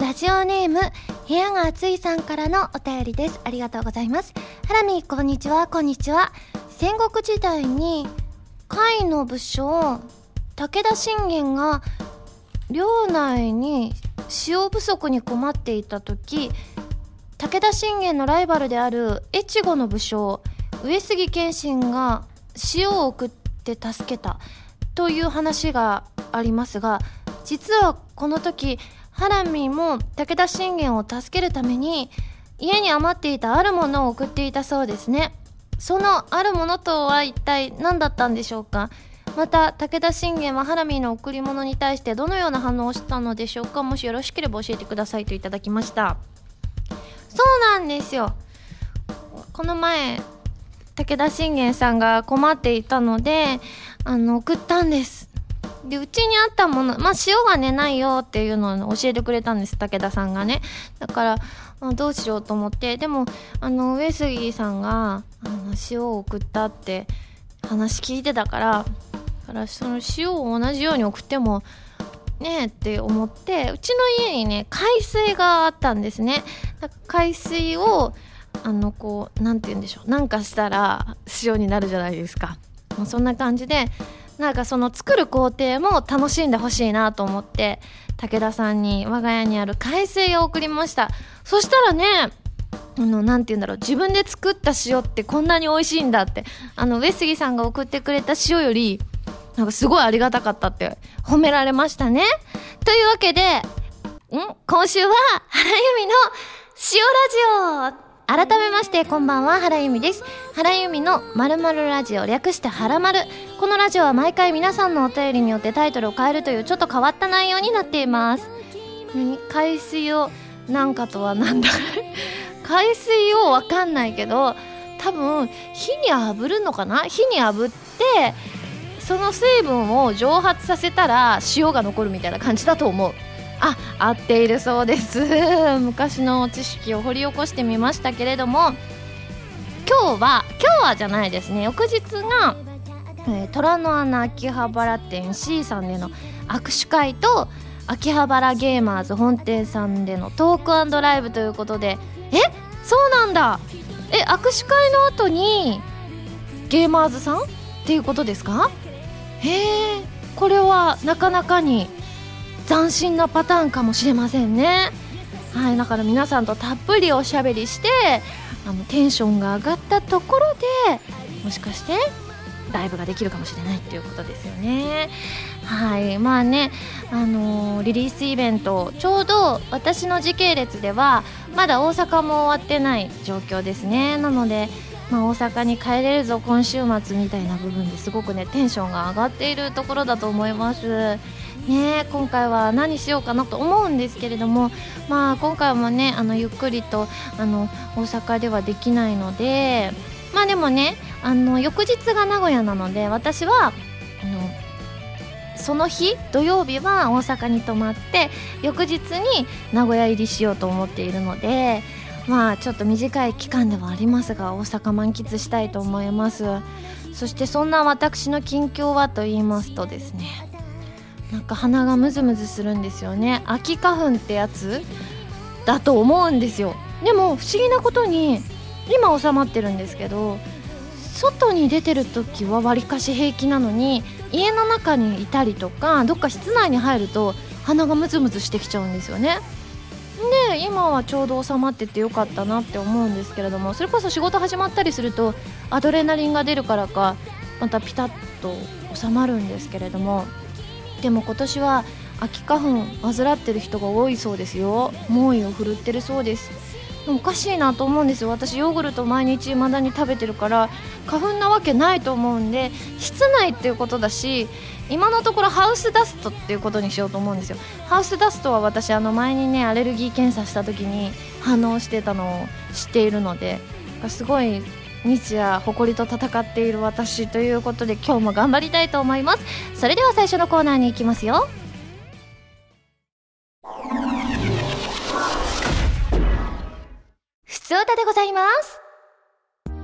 ラジオネーム部屋が暑いさんからのお便りです。ありがとうございます。ハラミこんにちは。こんにちは。戦国時代に甲斐の武将武田信玄が領内に塩不足に困っていた時、武田信玄のライバルである越後の武将上杉謙信が塩を送って助けたという話がありますが、実はこの時ハラミも武田信玄を助けるために家に余っていたあるものを送っていたそうですね。そのあるものとは一体何だったんでしょうか。また武田信玄はハラミの贈り物に対してどのような反応をしたのでしょうか。もしよろしければ教えてくださいといただきました。そうなんですよ。この前武田信玄さんが困っていたので送ったんです。でうちにあったもの、塩がねないよっていうのを教えてくれたんです、武田さんがね。だからどうしようと思って、でも上杉さんが塩を送ったって話聞いてたからその塩を同じように送ってもねえって思って、うちの家にね海水があったんですね。だから海水をこうなんて言うんでしょう、なんかしたら塩になるじゃないですか。もうそんな感じでなんかその作る工程も楽しんでほしいなと思って武田さんに我が家にある海水を送りました。そしたらねなんて言うんだろう、自分で作った塩ってこんなに美味しいんだって、上杉さんが送ってくれた塩よりなんかすごいありがたかったって褒められましたね。というわけで今週は原由美の塩ラジオ。改めましてこんばんは、原由美です。原由美の〇〇ラジオ、略してはらまる。このラジオは毎回皆さんのお便りによってタイトルを変えるというちょっと変わった内容になっています。海水をなんかとはなんだ海水をわかんないけど多分火に炙るのかな。火に炙ってその水分を蒸発させたら塩が残るみたいな感じだと思う。合っているそうです。昔の知識を掘り起こしてみましたけれども、今日はじゃないですね、翌日が、虎の穴秋葉原店 C さんでの握手会と秋葉原ゲーマーズ本店さんでのトーク&ライブということで、そうなんだ。握手会の後にゲーマーズさんっていうことですか。これはなかなかに斬新なパターンかもしれませんね。はい、だから皆さんとたっぷりおしゃべりしてテンションが上がったところでもしかしてライブができるかもしれないっていうことですよね。はい、リリースイベント、ちょうど私の時系列ではまだ大阪も終わってない状況ですね。なので大阪に帰れるぞ今週末みたいな部分ですごくねテンションが上がっているところだと思いますね。今回は何しようかなと思うんですけれども、今回もねゆっくりと大阪ではできないので、でもね翌日が名古屋なので、私はその日土曜日は大阪に泊まって翌日に名古屋入りしようと思っているので、ちょっと短い期間ではありますが大阪満喫したいと思います。そしてそんな私の近況はと言いますとですね、なんか鼻がムズムズするんですよね。秋花粉ってやつだと思うんですよ。でも不思議なことに今収まってるんですけど、外に出てる時はわりかし平気なのに家の中にいたりとかどっか室内に入ると鼻がムズムズしてきちゃうんですよね。で今はちょうど収まっててよかったなって思うんですけれども、それこそ仕事始まったりするとアドレナリンが出るからかまたピタッと収まるんですけれども、でも今年は秋花粉患ってる人が多いそうですよ。猛威を振るってるそうです。おかしいなと思うんですよ。私ヨーグルト毎日未だに食べてるから花粉なわけないと思うんで、室内っていうことだし今のところハウスダストっていうことにしようと思うんですよ。ハウスダストは私前にねアレルギー検査した時に反応してたのを知っているので、すごい日夜誇りと戦っている私ということで今日も頑張りたいと思います。それでは最初のコーナーに行きますよ。ふつおたでございます。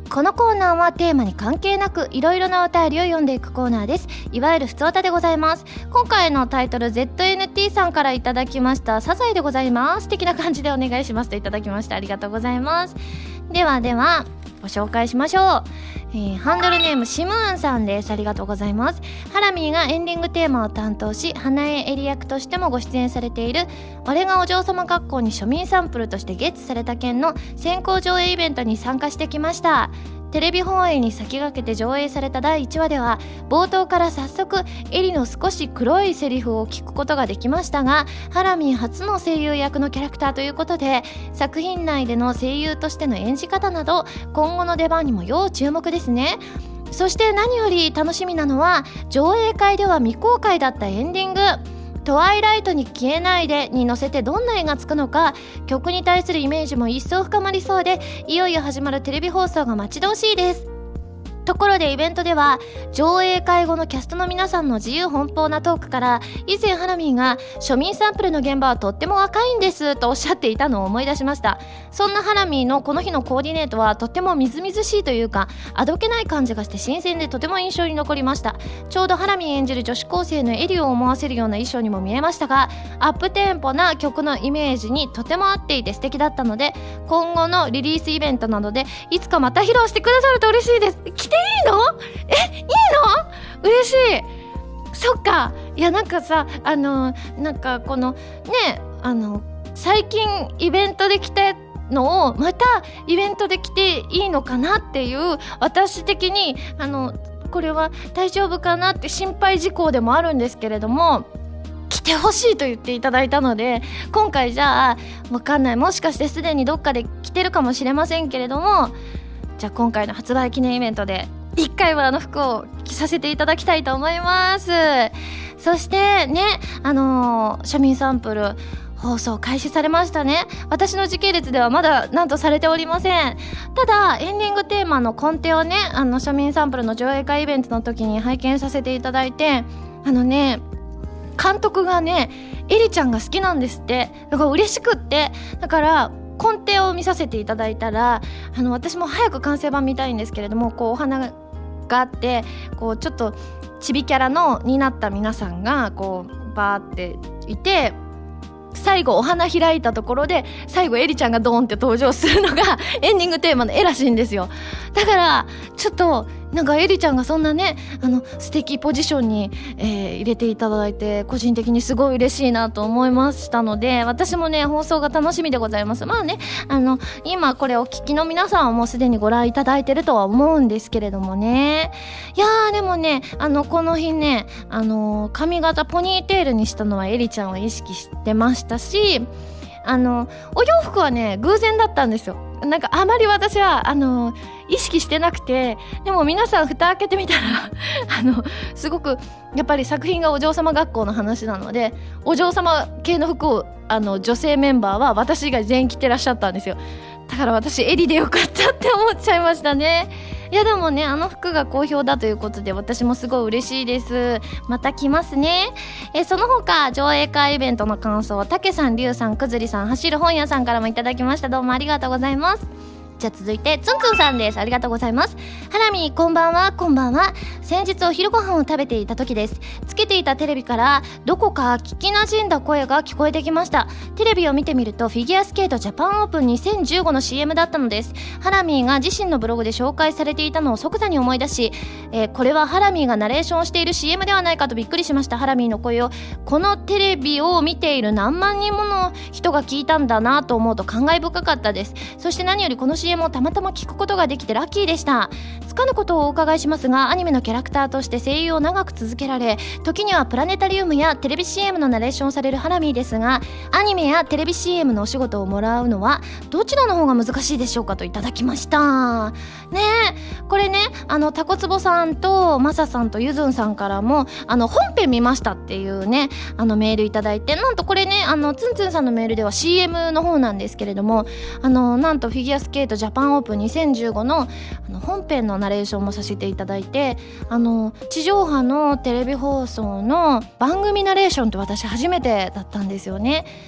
このコーナーはテーマに関係なくいろいろなお便りを読んでいくコーナーです。いわゆるふつおたでございます。今回のタイトル ZNT さんからいただきました。サザエでございます的な感じでお願いしますといただきました。ありがとうございます。ではご紹介しましょう。ハンドルネームシムーンさんです。ありがとうございます。ハラミーがエンディングテーマを担当し、花江エリ役としてもご出演されている俺がお嬢様学校に庶民サンプルとしてゲッツされた件の先行上映イベントに参加してきました。テレビ放映に先駆けて上映された第1話では冒頭から早速エリの少し黒いセリフを聞くことができましたが、ハラミー初の声優役のキャラクターということで作品内での声優としての演じ方など今後の出番にも要注目ですね。そして何より楽しみなのは上映会では未公開だったエンディングトワイライトに消えないでに乗せてどんな絵がつくのか、曲に対するイメージも一層深まりそうで、いよいよ始まるテレビ放送が待ち遠しいです。ところでイベントでは上映会後のキャストの皆さんの自由奔放なトークから、以前ハラミーが庶民サンプルの現場はとっても若いんですとおっしゃっていたのを思い出しました。そんなハラミーのこの日のコーディネートはとってもみずみずしいというかあどけない感じがして新鮮でとても印象に残りました。ちょうどハラミー演じる女子高生のエリを思わせるような衣装にも見えましたが、アップテンポな曲のイメージにとても合っていて素敵だったので、今後のリリースイベントなどでいつかまた披露してくださると嬉しいです。来ていいの？いいの？嬉しい。そっか。いやなんかさ、なんかこのね、最近イベントで来たのをまたイベントで来ていいのかなっていう、私的にこれは大丈夫かなって心配事項でもあるんですけれども、来てほしいと言っていただいたので、今回じゃあわかんない、もしかしてすでにどっかで来てるかもしれませんけれども、じゃあ今回の発売記念イベントで一回は服を着させていただきたいと思います。そしてね、庶民サンプル放送開始されましたね。私の時系列ではまだなんとされておりません。ただエンディングテーマのコンテをね、庶民サンプルの上映会イベントの時に拝見させていただいて、監督がねエリちゃんが好きなんですって。だから嬉しくって、だからコンテを見させていただいたら、私も早く完成版見たいんですけれども、こうお花があって、こうちょっとチビキャラになった皆さんがこうバーっていて、最後お花開いたところで最後エリちゃんがドーンって登場するのがエンディングテーマの絵らしいんですよ。だからちょっとなんかエリちゃんがそんなね素敵ポジションに、入れていただいて、個人的にすごい嬉しいなと思いましたので、私もね放送が楽しみでございます。まあね今これお聞きの皆さんはもうすでにご覧いただいてるとは思うんですけれどもね。いやーでもねこの日ね髪型ポニーテールにしたのはエリちゃんを意識してましたし、お洋服はね偶然だったんですよ。なんかあまり私は意識してなくて、でも皆さん蓋開けてみたらすごくやっぱり作品がお嬢様学校の話なので、お嬢様系の服を女性メンバーは私以外全員着てらっしゃったんですよ。だから私エリでよかったって思っちゃいましたね。いやでもね服が好評だということで私もすごい嬉しいです。また来ますね。その他上映会イベントの感想はたけさん、りゅうさん、くずりさん、走る本屋さんからもいただきました。どうもありがとうございます。じゃあ続いてつんつんさんです。ありがとうございます。ハラミこんばんは。こんばんは。先日お昼ご飯を食べていた時です。つけていたテレビからどこか聞き馴染んだ声が聞こえてきました。テレビを見てみるとフィギュアスケートジャパンオープン2015の CM だったのです。ハラミーが自身のブログで紹介されていたのを即座に思い出し、これはハラミーがナレーションをしている CM ではないかとびっくりしました。ハラミーの声をこのテレビを見ている何万人もの人が聞いたんだなと思うと感慨深かったです。そして何よりこの CM をたまたま聞くことができてラッキーでした。つかぬことをお伺いしますが、アニメのキャラクターとして声優を長く続けられ、時にはプラネタリウムやテレビ CM のナレーションをされるハラミーですが、アニメやテレビ CM のお仕事をもらうのはどちらの方が難しいでしょうかといただきましたね。これねタコツボさんとマサさんとユズンさんからも本編見ましたっていうねメールいただいて、なんとこれねツンツンさんのメールでは CM の方なんですけれども、なんとフィギュアスケートジャパンオープン2015の本編のナレーションもさせていただいて、地上波のテレビ放送の番組ナレーションって私初めてだったんですよ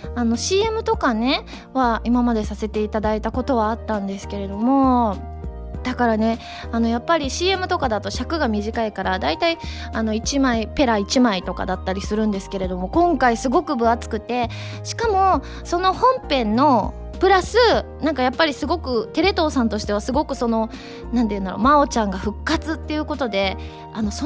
ね。CM とかねは今までさせていただいたことはあったんですけれども、 だからね、やっぱり CM とかだと尺が短いからだいたい1枚ペラ1枚とかだったりするんですけれども、今回すごく分厚くて、しかもその本編のプラスなんかやっぱりすごくテレ東さんとしてはすごくなんていうんだろう、真央ちゃんが復活っていうことで、なんか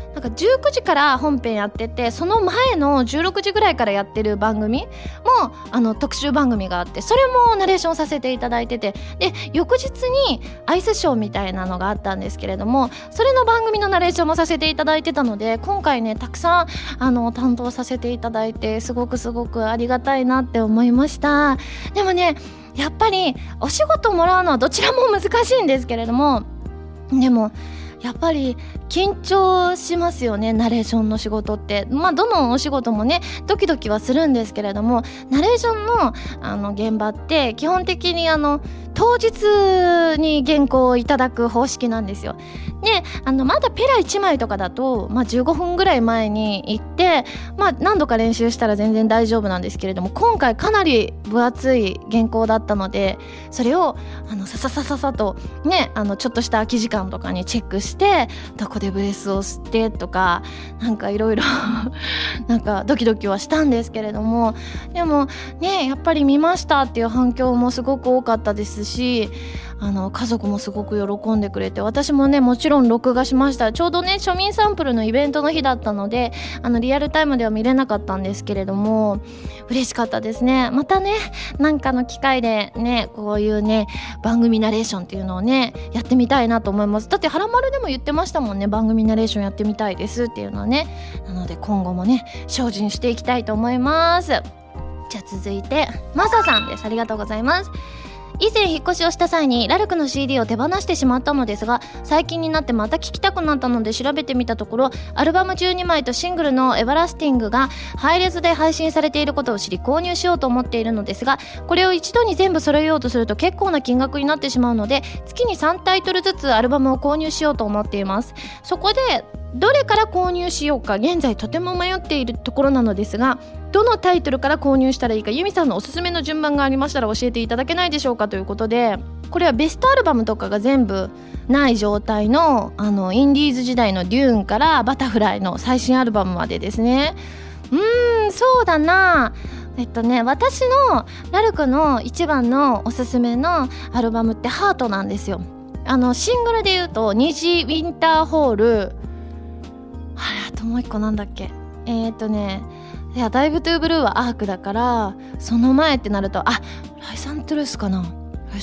19時から本編やってて、その前の16時ぐらいからやってる番組も特集番組があって、それもナレーションさせていただいてて、で翌日にアイスショーみたいなのがあったんですけれども、それの番組のナレーションもさせていただいてたので、今回ねたくさん担当させていただいて、すごくありがたいなって思いました。でもね、やっぱりお仕事もらうのはどちらも難しいんですけれども、でもやっぱり緊張しますよね、ナレーションの仕事って。どのお仕事もねドキドキはするんですけれども、ナレーションの現場って基本的に当日に原稿をいただく方式なんですよ。でまだペラ1枚とかだと、15分ぐらい前に行って、何度か練習したら全然大丈夫なんですけれども、今回かなり分厚い原稿だったので、それをささとねちょっとした空き時間とかにチェックして、どこでブレスを吸ってとか、なんかいろいろなんかドキドキはしたんですけれども、でもねやっぱり見ましたっていう反響もすごく多かったですし、家族もすごく喜んでくれて、私もねもちろん録画しました。ちょうどね庶民サンプルのイベントの日だったのでリアルタイムでは見れなかったんですけれども、嬉しかったですね。またねなんかの機会でねこういうね番組ナレーションっていうのをねやってみたいなと思います。だってはらまるでも言ってましたもんね、番組ナレーションやってみたいですっていうのはね。なので今後もね精進していきたいと思います。じゃあ続いてマサさんです。ありがとうございます。以前引っ越しをした際にラルクの CD を手放してしまったのですが、最近になってまた聴きたくなったので調べてみたところ、アルバム12枚とシングルのエバラスティングがハイレゾで配信されていることを知り購入しようと思っているのですが、これを一度に全部揃えようとすると結構な金額になってしまうので、月に3タイトルずつアルバムを購入しようと思っています。そこでどれから購入しようか現在とても迷っているところなのですが、どのタイトルから購入したらいいか、ユミさんのおすすめの順番がありましたら教えていただけないでしょうかということで、これはベストアルバムとかが全部ない状態のインディーズ時代のデューンからバタフライの最新アルバムまでですね。そうだな、私のラルクの一番のおすすめのアルバムってハートなんですよ。シングルで言うと虹ウィンターホール、あともう一個なんだっけ、いやダイブトゥーブルーはアークだから、その前ってなるとライサントゥルースかな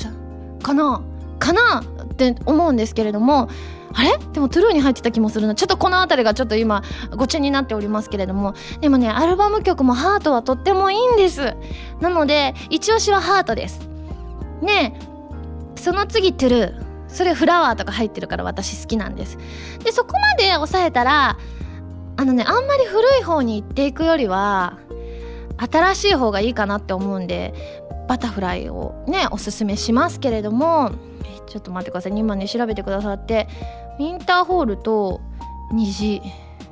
って思うんですけれども、あれでもトゥルーに入ってた気もするな。ちょっとこのあたりがちょっと今ごちゃになっておりますけれども、でもねアルバム曲もハートはとってもいいんです。なので一押しはハートですね。その次トゥルー、それフラワーとか入ってるから私好きなんです。でそこまで抑えたらあんまり古い方に行っていくよりは新しい方がいいかなって思うんで、バタフライをねおすすめしますけれども、ちょっと待ってください、今ね調べてくださって、ウィンターホールと虹、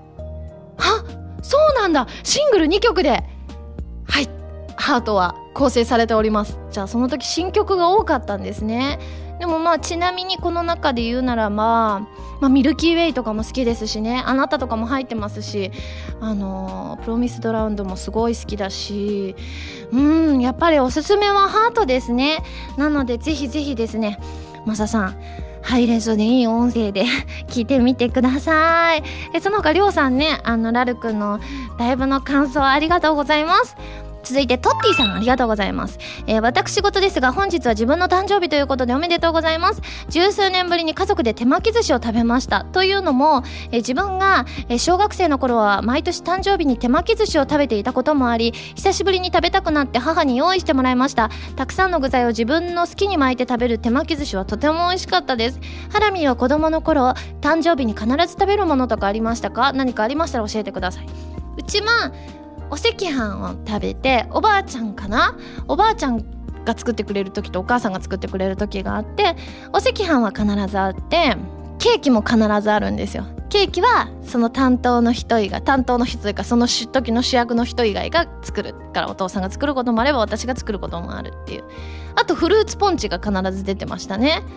そうなんだ、シングル2曲でハートは構成されております。じゃあその時新曲が多かったんですね。でもちなみにこの中で言うならミルキーウェイとかも好きですしね、あなたとかも入ってますし、プロミスドラウンドもすごい好きだし、やっぱりおすすめはハートですね。なのでぜひぜひですね、マサさんハイレゾでいい音声で聞いてみてください。その他りょうさんね、ラルクのライブの感想ありがとうございます。続いてトッティさんありがとうございます。私事ですが本日は自分の誕生日ということでおめでとうございます。十数年ぶりに家族で手巻き寿司を食べました。というのも、自分が小学生の頃は毎年誕生日に手巻き寿司を食べていたこともあり、久しぶりに食べたくなって母に用意してもらいました。たくさんの具材を自分の好きに巻いて食べる手巻き寿司はとても美味しかったです。ハラミーは子供の頃誕生日に必ず食べるものとかありましたか？何かありましたら教えてください。うちはお赤飯を食べて、おばあちゃんが作ってくれる時とお母さんが作ってくれる時があって、お赤飯は必ずあって、ケーキも必ずあるんですよ。ケーキはその担当の人というかその時の主役の人以外が作るから、お父さんが作ることもあれば私が作ることもあるっていう。あとフルーツポンチが必ず出てましたね。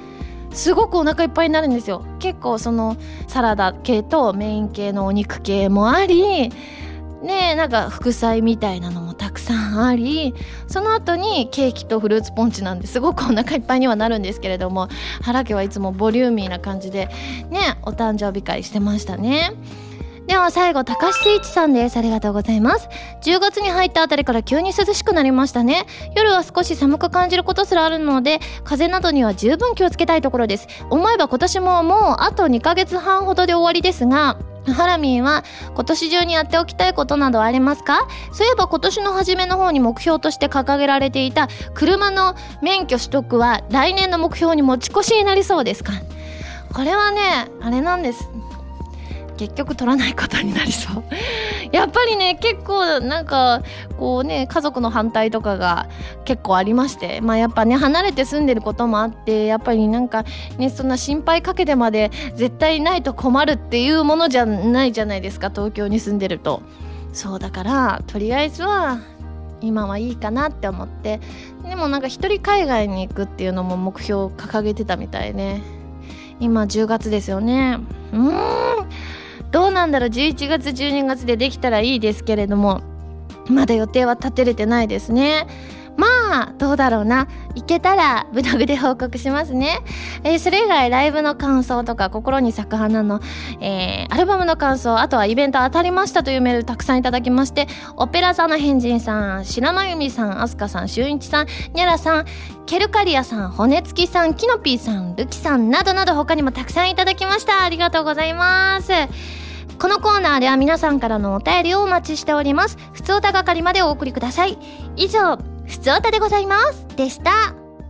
すごくお腹いっぱいになるんですよ。結構そのサラダ系とメイン系のお肉系もありね、なんか副菜みたいなのもたくさんあり、その後にケーキとフルーツポンチなんですごくお腹いっぱいにはなるんですけれども、原家はいつもボリューミーな感じでね、お誕生日会してましたね。では最後、高橋誠一さんです。ありがとうございます。10月に入ったあたりから急に涼しくなりましたね。夜は少し寒く感じることすらあるので、風邪などには十分気をつけたいところです。思えば今年ももうあと2ヶ月半ほどで終わりですが、ハラミーは今年中にやっておきたいことなどありますか？そういえば今年の初めの方に目標として掲げられていた車の免許取得は来年の目標に持ち越しになりそうですか？これはね、あれなんです。結局取らないことになりそうやっぱりね、結構なんかこうね、家族の反対とかが結構ありまして、やっぱね、離れて住んでることもあって、やっぱりなんかね、そんな心配かけてまで絶対ないと困るっていうものじゃないじゃないですか、東京に住んでると。そうだから、とりあえずは今はいいかなって思って、でもなんか一人海外に行くっていうのも目標を掲げてたみたいね。今10月ですよね。どうなんだろう、11月12月でできたらいいですけれども、まだ予定は立てれてないですね。どうだろうな。行けたらブログで報告しますね。それ以外ライブの感想とか、心に咲く花の、アルバムの感想、あとはイベント当たりましたというメールたくさんいただきまして、オペラ座の変人さん、白間由美さん、アスカさん、俊一さん、ニャラさん、ケルカリアさん、骨付きさん、キノピーさん、ルキさんなどなど他にもたくさんいただきました。ありがとうございます。このコーナーでは皆さんからのお便りをお待ちしております。ふつおた係までお送りください。以上、ふつおたでございますでした。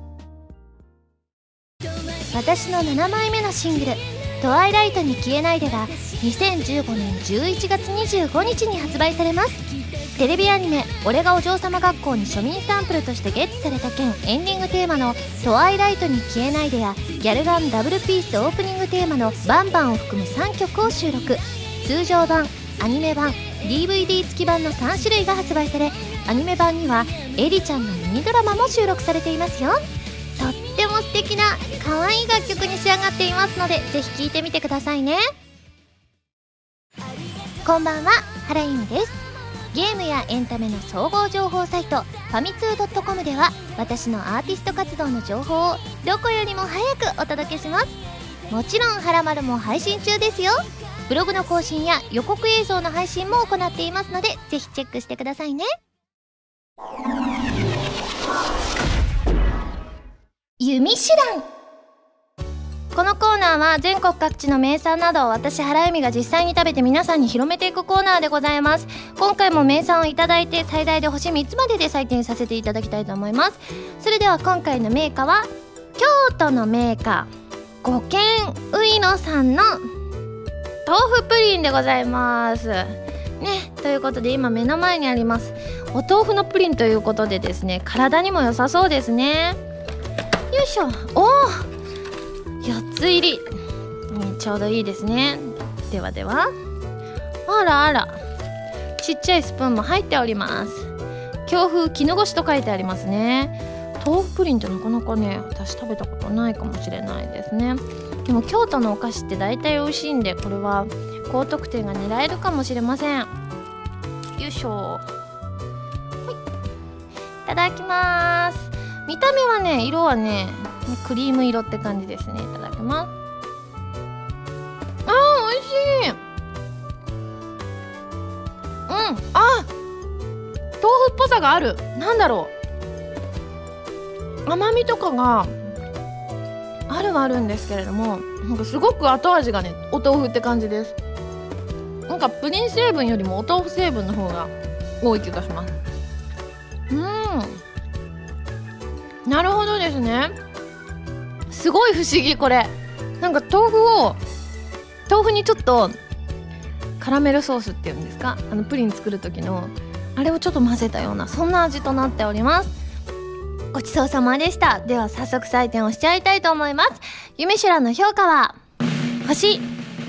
私の7枚目のシングル「トワイライトに消えないで」が2015年11月25日に発売されます。テレビアニメ「俺がお嬢様学校」に庶民サンプルとしてゲットされた件エンディングテーマの「トワイライトに消えないで」やギャルガンダブルピースオープニングテーマの「バンバン」を含む3曲を収録。通常版、アニメ版、DVD 付き版の3種類が発売され、アニメ版にはエリちゃんのミニドラマも収録されていますよ。とっても素敵な可愛い楽曲に仕上がっていますので、ぜひ聴いてみてくださいね。こんばんは、原由美です。ゲームやエンタメの総合情報サイトファミツー .com では、私のアーティスト活動の情報をどこよりも早くお届けします。もちろんはらまるも配信中ですよ。ブログの更新や予告映像の配信も行っていますので、ぜひチェックしてくださいね。弓手段。このコーナーは全国各地の名産などを私原由美が実際に食べて皆さんに広めていくコーナーでございます。今回も名産をいただいて、最大で星3つまでで採点させていただきたいと思います。それでは今回の銘菓は京都の銘菓五軒ういのさんの豆腐プリンでございますね。ということで今目の前にありますお豆腐のプリンということでですね、体にも良さそうですね。よいしょ。おー、4つ入り、ちょうどいいですね。ではでは、あらあら、ちっちゃいスプーンも入っております。京風絹ごしと書いてありますね。豆腐プリンってなかなかね、私食べたことないかもしれないですね。でも京都のお菓子って大体美味しいんで、これは高得点が狙えるかもしれません。よいしょ。はい、いただきます。見た目はね、色はね、クリーム色って感じですね。いただきます。美味しい。豆腐っぽさがある。なんだろう、甘みとかがあるはあるんですけれども、なんかすごく後味がね、お豆腐って感じです。なんかプリン成分よりもお豆腐成分の方が多い気がします。なるほどですね。すごい不思議これ。なんか豆腐にちょっとカラメルソースっていうんですか、プリン作る時のあれをちょっと混ぜたような、そんな味となっております。ごちそうさまでした。では早速採点をしちゃいたいと思います。ユミシュランの評価は星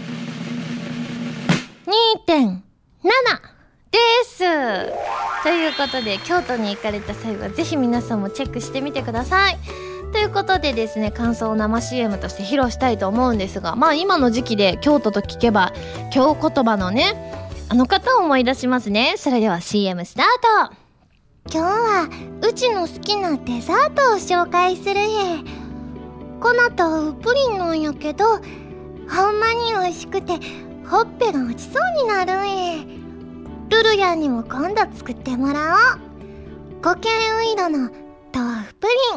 2.7 ですということで、京都に行かれた際はぜひ皆さんもチェックしてみてください。 ということでですね、感想を生 CM として披露したいと思うんですが、今の時期で京都と聞けば京言葉のね、あの方を思い出しますね。それでは CM スタート。今日はうちの好きなデザートを紹介するへ。この豆腐プリンなんやけど、ほんまに美味しくてほっぺが落ちそうになるんへ。ルルヤンにも今度作ってもらおう。五剣ウイロの豆腐プリン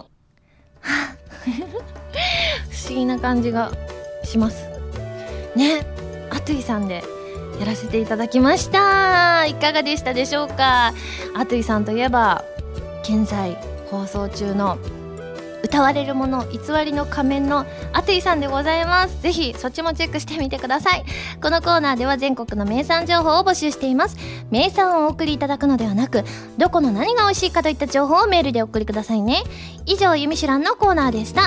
不思議な感じがしますね。アトゥイさんでやらせていただきました。いかがでしたでしょうか。アトゥイさんといえば現在放送中の歌われるもの偽りの仮面のアトゥイさんでございます。ぜひそっちもチェックしてみてください。このコーナーでは全国の名産情報を募集しています。名産をお送りいただくのではなく、どこの何が美味しいかといった情報をメールでお送りくださいね。以上、ゆみしゅらんのコーナーでした。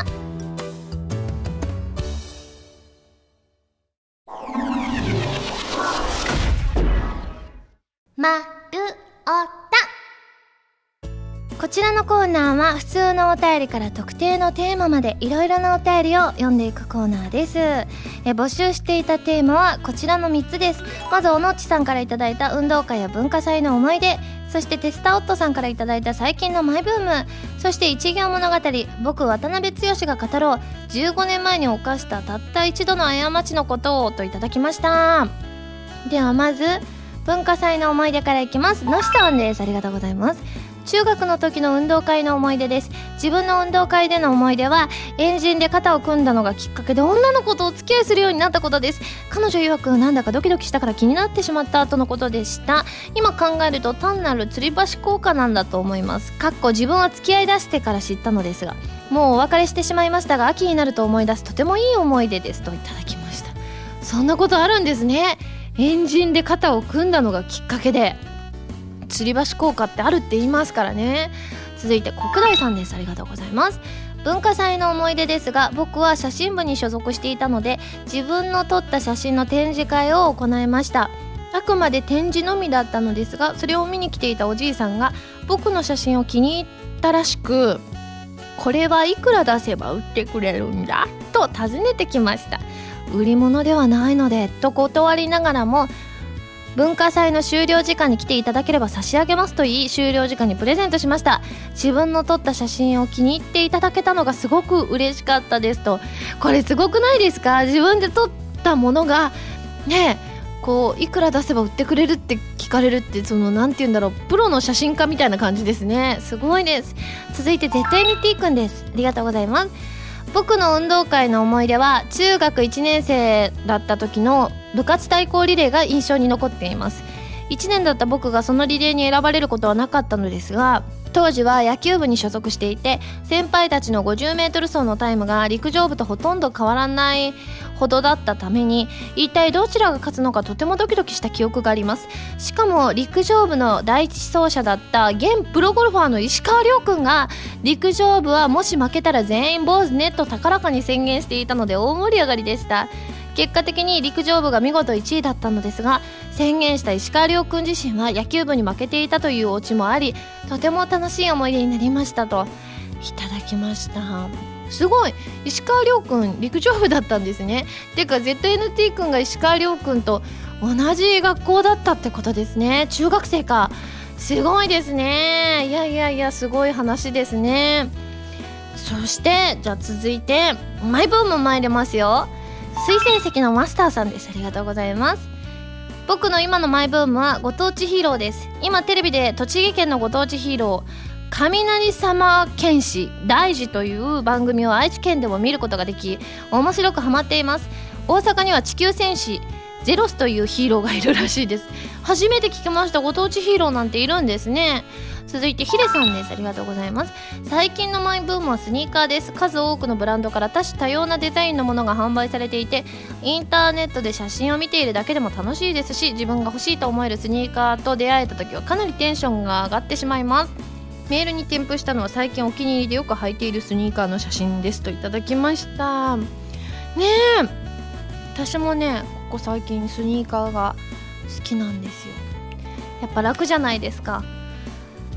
まるおた。こちらのコーナーは普通のお便りから特定のテーマまでいろいろなお便りを読んでいくコーナーです。募集していたテーマはこちらの3つです。まずおのっちさんからいただいた運動会や文化祭の思い出、そしてテスタオットさんからいただいた最近のマイブーム、そして一行物語、僕渡辺剛が語ろう15年前に犯したたった一度の過ちのことをといただきました。ではまず文化祭の思い出からいきます。のしさんです。ありがとうございます。中学の時の運動会の思い出です。自分の運動会での思い出は円陣で肩を組んだのがきっかけで女の子とお付き合いするようになったことです。彼女曰くなんだかドキドキしたから気になってしまったとのことでした。今考えると単なる吊り橋効果なんだと思います。自分は付き合い出してから知ったのですが、もうお別れしてしまいましたが秋になると思い出すとてもいい思い出ですといただきました。そんなことあるんですね。円陣で肩を組んだのがきっかけで吊り橋効果ってあるって言いますからね。続いて国大さんです。ありがとうございます。文化祭の思い出ですが、僕は写真部に所属していたので自分の撮った写真の展示会を行いました。あくまで展示のみだったのですが、それを見に来ていたおじいさんが僕の写真を気に入ったらしく、これはいくら出せば売ってくれるんだと尋ねてきました。売り物ではないのでと断りながらも、文化祭の終了時間に来ていただければ差し上げますと言い、終了時間にプレゼントしました。自分の撮った写真を気に入っていただけたのがすごく嬉しかったですと。これすごくないですか。自分で撮ったものがね、いくら出せば売ってくれるって聞かれるって、なんて言うんだろう、プロの写真家みたいな感じですね。すごいです。続いて ZNT くんです。ありがとうございます。僕の運動会の思い出は中学1年生だった時の部活対抗リレーが印象に残っています。1年だった僕がそのリレーに選ばれることはなかったのですが、当時は野球部に所属していて、先輩たちの 50m 走のタイムが陸上部とほとんど変わらないほどだったために、一体どちらが勝つのかとてもドキドキした記憶があります。しかも陸上部の第一走者だった現プロゴルファーの石川遼君が、陸上部はもし負けたら全員坊主ねと高らかに宣言していたので大盛り上がりでした。結果的に陸上部が見事1位だったのですが、宣言した石川遼君自身は野球部に負けていたというオチもあり、とても楽しい思い出になりましたといただきました。すごい、石川遼君陸上部だったんですね。てか ZNT 君が石川遼君と同じ学校だったってことですね。中学生か、すごいですね。いやすごい話ですね。そしてじゃあ続いてマイブーム参りますよ。推薦席のマスターさんです。ありがとうございます。僕の今のマイブームはご当地ヒーローです。今テレビで栃木県のご当地ヒーロー雷様剣士大治という番組を愛知県でも見ることができ、面白くハマっています。大阪には地球戦士ゼロスというヒーローがいるらしいです。初めて聞きました。ご当地ヒーローなんているんですね。続いてヒデさんです。ありがとうございます。最近のマイブームはスニーカーです。数多くのブランドから多種多様なデザインのものが販売されていて、インターネットで写真を見ているだけでも楽しいですし、自分が欲しいと思えるスニーカーと出会えた時はかなりテンションが上がってしまいます。メールに添付したのは最近お気に入りでよく履いているスニーカーの写真ですといただきましたね。え、私もねここ最近スニーカーが好きなんですよ。やっぱ楽じゃないですか。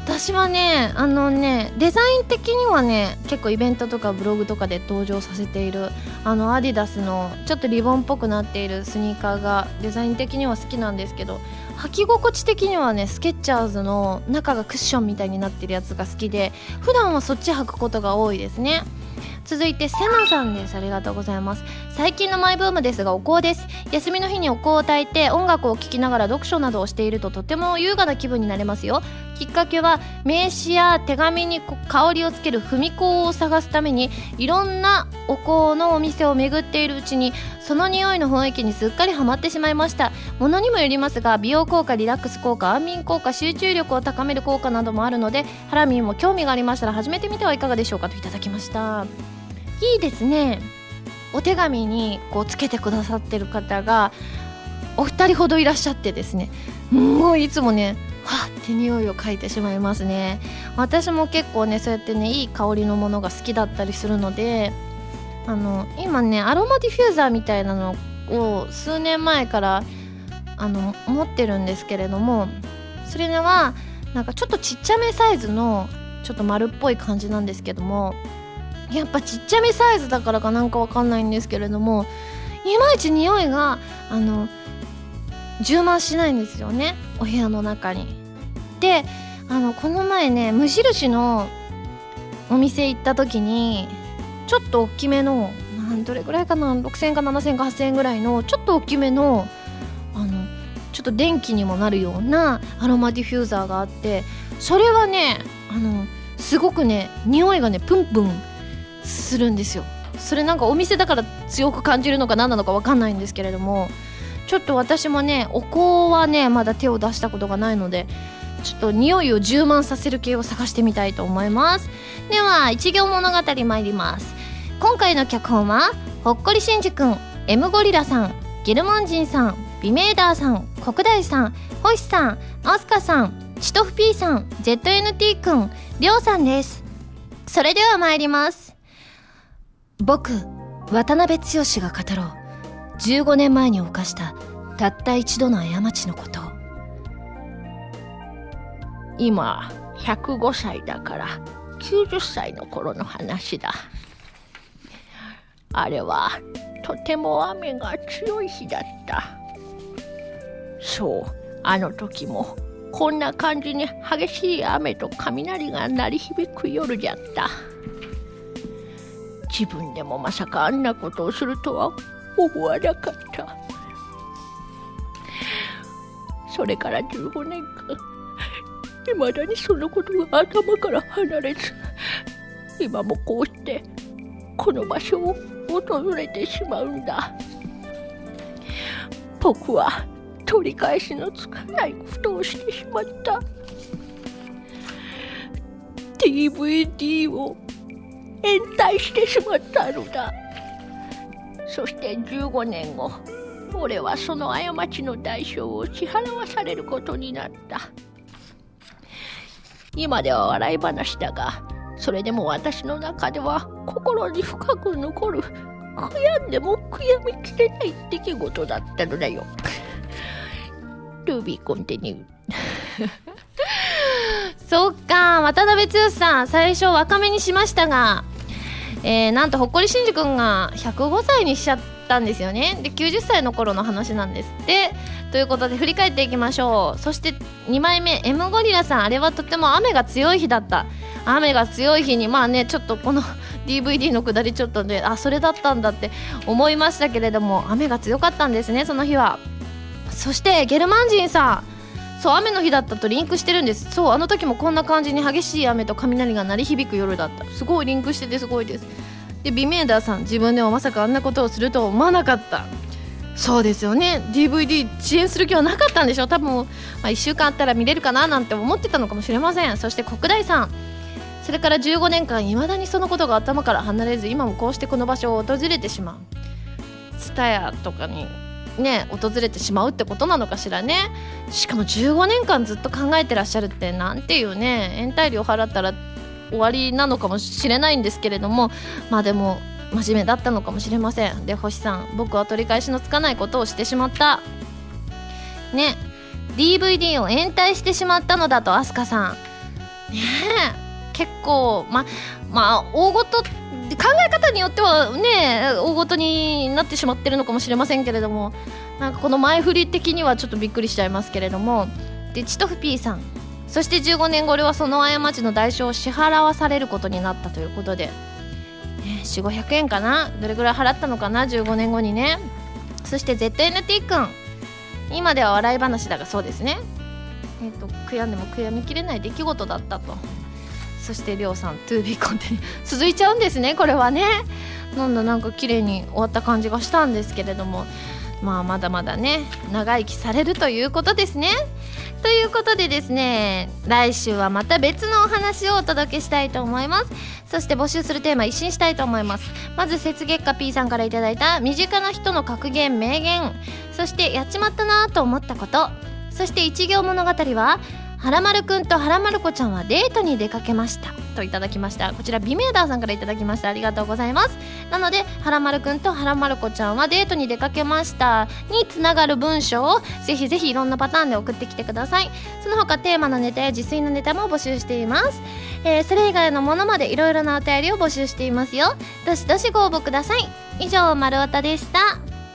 私はねデザイン的にはね結構イベントとかブログとかで登場させているアディダスのちょっとリボンっぽくなっているスニーカーがデザイン的には好きなんですけど、履き心地的にはねスケッチャーズの中がクッションみたいになってるやつが好きで、普段はそっち履くことが多いですね。続いてセナさんです。ありがとうございます。最近のマイブームですがお香です。休みの日にお香を焚いて音楽を聴きながら読書などをしているととても優雅な気分になれますよ。きっかけは名刺や手紙に香りをつける文香を探すためにいろんなお香のお店を巡っているうちにその匂いの雰囲気にすっかりハマってしまいました。ものにもよりますが美容効果、リラックス効果、安眠効果、集中力を高める効果などもあるので、ハラミーも興味がありましたら始めてみてはいかがでしょうかといただきました。いいですね。お手紙にこうつけてくださってる方がお二人ほどいらっしゃってですね、もういつもねはっって匂いを嗅いでしまいますね。私も結構ねそうやってねいい香りのものが好きだったりするので、今ねアロマディフューザーみたいなのを数年前から持ってるんですけれども、それはなんかちょっとちっちゃめサイズのちょっと丸っぽい感じなんですけども、やっぱちっちゃめサイズだからかなんかわかんないんですけれども、いまいち匂いが充満しないんですよね、お部屋の中に。でこの前ね無印のお店行った時にちょっと大きめのどれぐらいかな、6000円か7000円か8000円ぐらいのちょっと大きめのちょっと電気にもなるようなアロマディフューザーがあって、それはねすごくね匂いがねプンプンするんですよ。それなんかお店だから強く感じるのか何なのか分かんないんですけれども、ちょっと私もねお香はねまだ手を出したことがないので、ちょっと匂いを充満させる系を探してみたいと思います。では一行物語参ります。今回の脚本はほっこりしんじくん、 M ゴリラさん、ゲルマンジンさん、ビメーダーさん、国大さん、星さん、アスカさん、チトフ P さん、 ZNT くん、りょうさんです。それでは参ります。僕渡辺剛が語ろう15年前に犯したたった一度の過ちのこと。 今105歳だから90歳の頃の話だ。あれはとても雨が強い日だった。そう、あの時もこんな感じに激しい雨と雷が鳴り響く夜じゃった。自分でもまさかあんなことをするとは思わなかった。それから15年間いまだにそのことが頭から離れず、今もこうしてこの場所を訪れてしまうんだ。僕は取り返しのつかないことをしてしまった。 DVD を延滞してしまったのだ。そして15年後、俺はその過ちの代償を支払わされることになった。今では笑い話だが、それでも私の中では心に深く残る、悔やんでも悔やみきれない出来事だったのだよ。ルビーコンティニュー。 そっか、渡辺剛さん最初若めにしましたが、なんとほっこりしんじくんが105歳にしちゃったんですよね。で90歳の頃の話なんですって。ということで振り返っていきましょう。そして2枚目 M ゴリラさん、あれはとても雨が強い日だった。雨が強い日にまあねちょっとこの DVD のくだりちょっとねそれだったんだって思いましたけれども、雨が強かったんですねその日は。そしてゲルマンジンさん、そう雨の日だったとリンクしてるんです。そう、あの時もこんな感じに激しい雨と雷が鳴り響く夜だった。すごいリンクしててすごいです。でビメーダーさん、自分でもまさかあんなことをするとは思わなかった。そうですよね、 DVD 遅延する気はなかったんでしょう。多分、1週間あったら見れるかななんて思ってたのかもしれません。そして国大さん、それから15年間いまだにそのことが頭から離れず、今もこうしてこの場所を訪れてしまう、ツタヤとかにね訪れてしまうってことなのかしらね。しかも15年間ずっと考えてらっしゃるって、なんていうね、延滞料払ったら終わりなのかもしれないんですけれども、まあでも真面目だったのかもしれません。で星さん、僕は取り返しのつかないことをしてしまったね。 DVD を延滞してしまったのだとアスカさん、 結構まあ大ごと考え方によってはね大ごとになってしまってるのかもしれませんけれども、なんかこの前振り的にはちょっとびっくりしちゃいますけれども、でチトフ P さん、そして15年後俺はその過ちの代償を支払わされることになったということで、4、500円かな、どれぐらい払ったのかな15年後にね。そして ZNT 君、今では笑い話だがそうですね、悔やんでも悔やみきれない出来事だったと。そしてりょうさん To be continued 続いちゃうんですね、これはね。なんか綺麗に終わった感じがしたんですけれども、まだまだね長生きされるということですね。ということでですね、来週はまた別のお話をお届けしたいと思います。そして募集するテーマ一新したいと思います。まず雪月花 P さんからいただいた身近な人の格言名言、そしてやっちまったなと思ったこと、そして一行物語ははらまるくんとはらまる子ちゃんはデートに出かけましたといただきました。こちらビメーダーさんからいただきました。ありがとうございます。なのではらまるくんとはらまる子ちゃんはデートに出かけましたにつながる文章をぜひぜひいろんなパターンで送ってきてください。その他テーマのネタや自炊のネタも募集しています。それ以外のものまでいろいろなお便りを募集していますよ。どしどしご応募ください。以上、まるおたでした。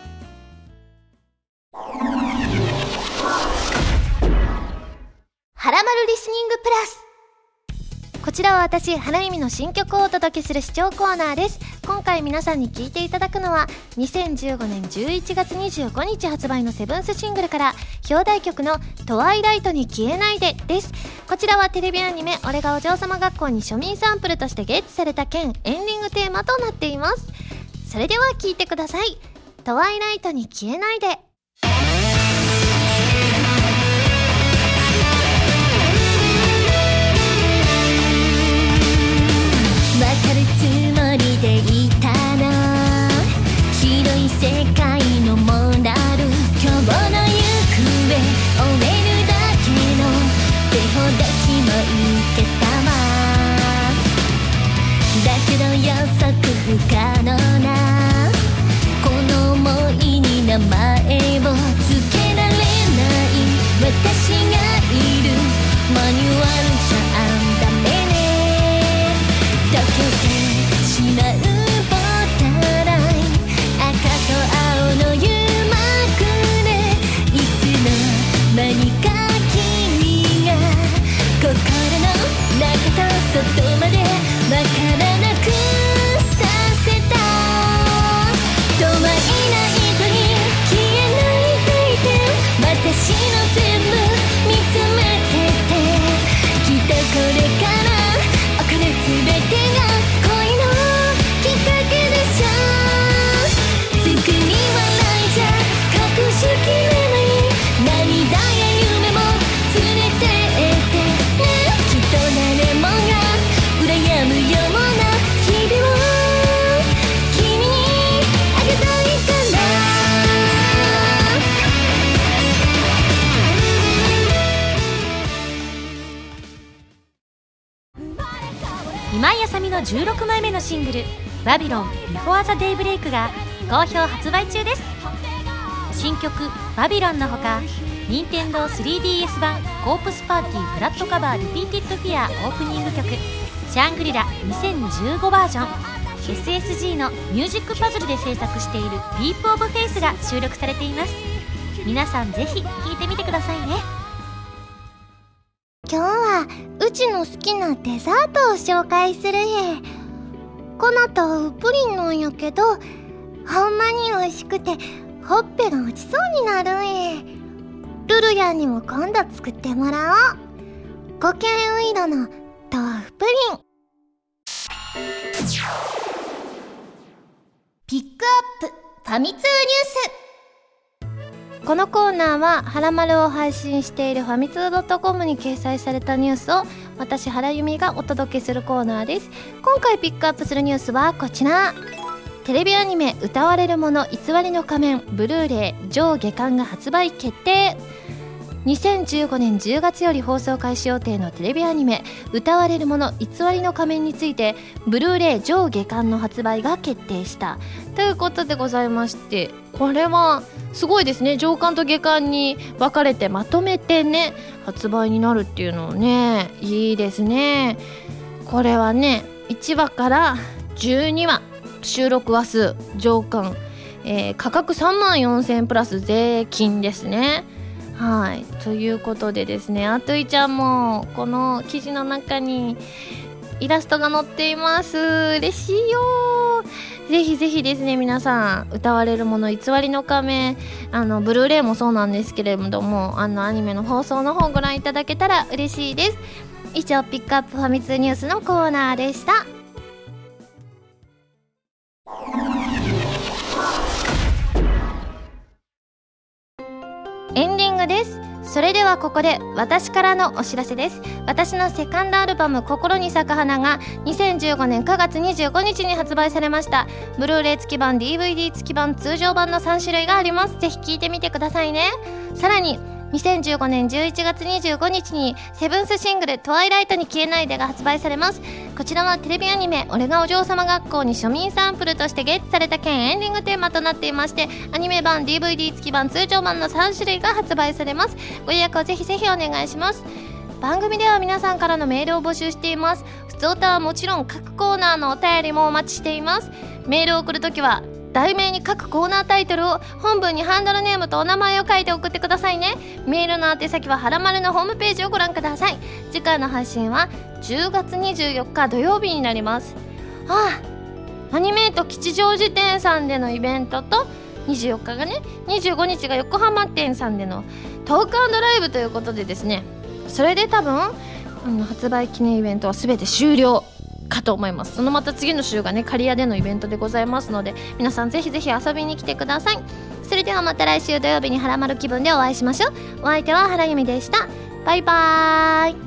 はらまるリスニングプラス。こちらは私、はらみみの新曲をお届けする視聴コーナーです。今回皆さんに聴いていただくのは2015年11月25日発売のセブンスシングルから表題曲のトワイライトに消えないでです。こちらはテレビアニメ俺がお嬢様学校に庶民サンプルとしてゲットされた件エンディングテーマとなっています。それでは聴いてください。トワイライトに消えないで。 わかるつもりでいたの、広い世界のモラル、今日の行方追えるだけの手ほどきも受けたわ。だけど予測不可能なこの想いに名前をつけられない私がいる。マニュアルじゃダメね。溶けてしまうボタライン、赤と青の誘惑でいつの間にか君が心の中と外までわからなくさせた。止まらないとに消えないでいて、私の全部見つめてて、きっとこれから起こる全てが恋のきっかけでしょう。作り笑いじゃ隠しきれない涙や夢も連れてってね。きっと誰もが羨むような日々を君にあげたいから。 今井あさみの16枚目のシングル「バビロン Before the Daybreak」が好評発売中です。新曲「バビロン」のほか Nintendo 3DS 版「コープスパーティーフラットカバーリピーティッドフィア」オープニング曲「シャングリラ2015バージョン」SSG のミュージックパズルで制作している「ディープオブフェイス」が収録されています。皆さんぜひ聴いてみてくださいね。 今日はうちの好きなデザートを紹介するへ。この豆腐プリンなんやけど、ほんまに美味しくてほっぺが落ちそうになるんへ。ルルヤンにも今度作ってもらおう。5件ウイロの豆腐プリン。ピックアップファミ通ニュース。 このコーナーははらまるを配信しているファミツー .com に掲載されたニュースを私原由美がお届けするコーナーです。今回ピックアップするニュースはこちら。テレビアニメ歌われるもの偽りの仮面ブルーレイ上下巻が発売決定。 2015年10月より放送開始予定のテレビアニメ歌われるもの偽りの仮面についてブルーレイ上下巻の発売が決定したということでございまして、これはすごいですね。上巻と下巻に分かれてまとめてね発売になるっていうのね、いいですね。これはね1話から12話収録話数上巻、価格34,000円プラス税金ですね。はい、ということでですね、あといちゃんもこの記事の中にイラストが載っています。嬉しいよ。ぜひぜひですね、皆さん歌われるもの偽りの仮面、ブルーレイもそうなんですけれども、アニメの放送の方ご覧いただけたら嬉しいです。以上ピックアップファミ通ニュースのコーナーでした。エンディングです。それではここで私からのお知らせです。私のセカンドアルバム心に咲く花が2015年9月25日に発売されました。ブルーレイ付き版 DVD 付き版通常版の3種類があります。ぜひ聴いてみてくださいね。さらに2015年11月25日にセブンスシングルトワイライトに消えないでが発売されます。こちらはテレビアニメ俺がお嬢様学校に庶民サンプルとしてゲットされた件エンディングテーマとなっていまして、アニメ版 DVD 付き版通常版の3種類が発売されます。ご予約をぜひぜひお願いします。番組では皆さんからのメールを募集しています。ふつおたはもちろん各コーナーのお便りもお待ちしています。メールを送るときは題名に各コーナータイトルを、本文にハンドルネームとお名前を書いて送ってくださいね。メールの宛先ははらまるのホームページをご覧ください。次回の配信は10月24日土曜日になります。アニメート吉祥寺店さんでのイベントと24日がね、25日が横浜店さんでのトーク&ライブということでですね、それで多分発売記念イベントは全て終了かと思います。そのまた次の週がね刈谷でのイベントでございますので、皆さんぜひぜひ遊びに来てください。それではまた来週土曜日にはらまる気分でお会いしましょう。お相手は原由美でした。バイバーイ。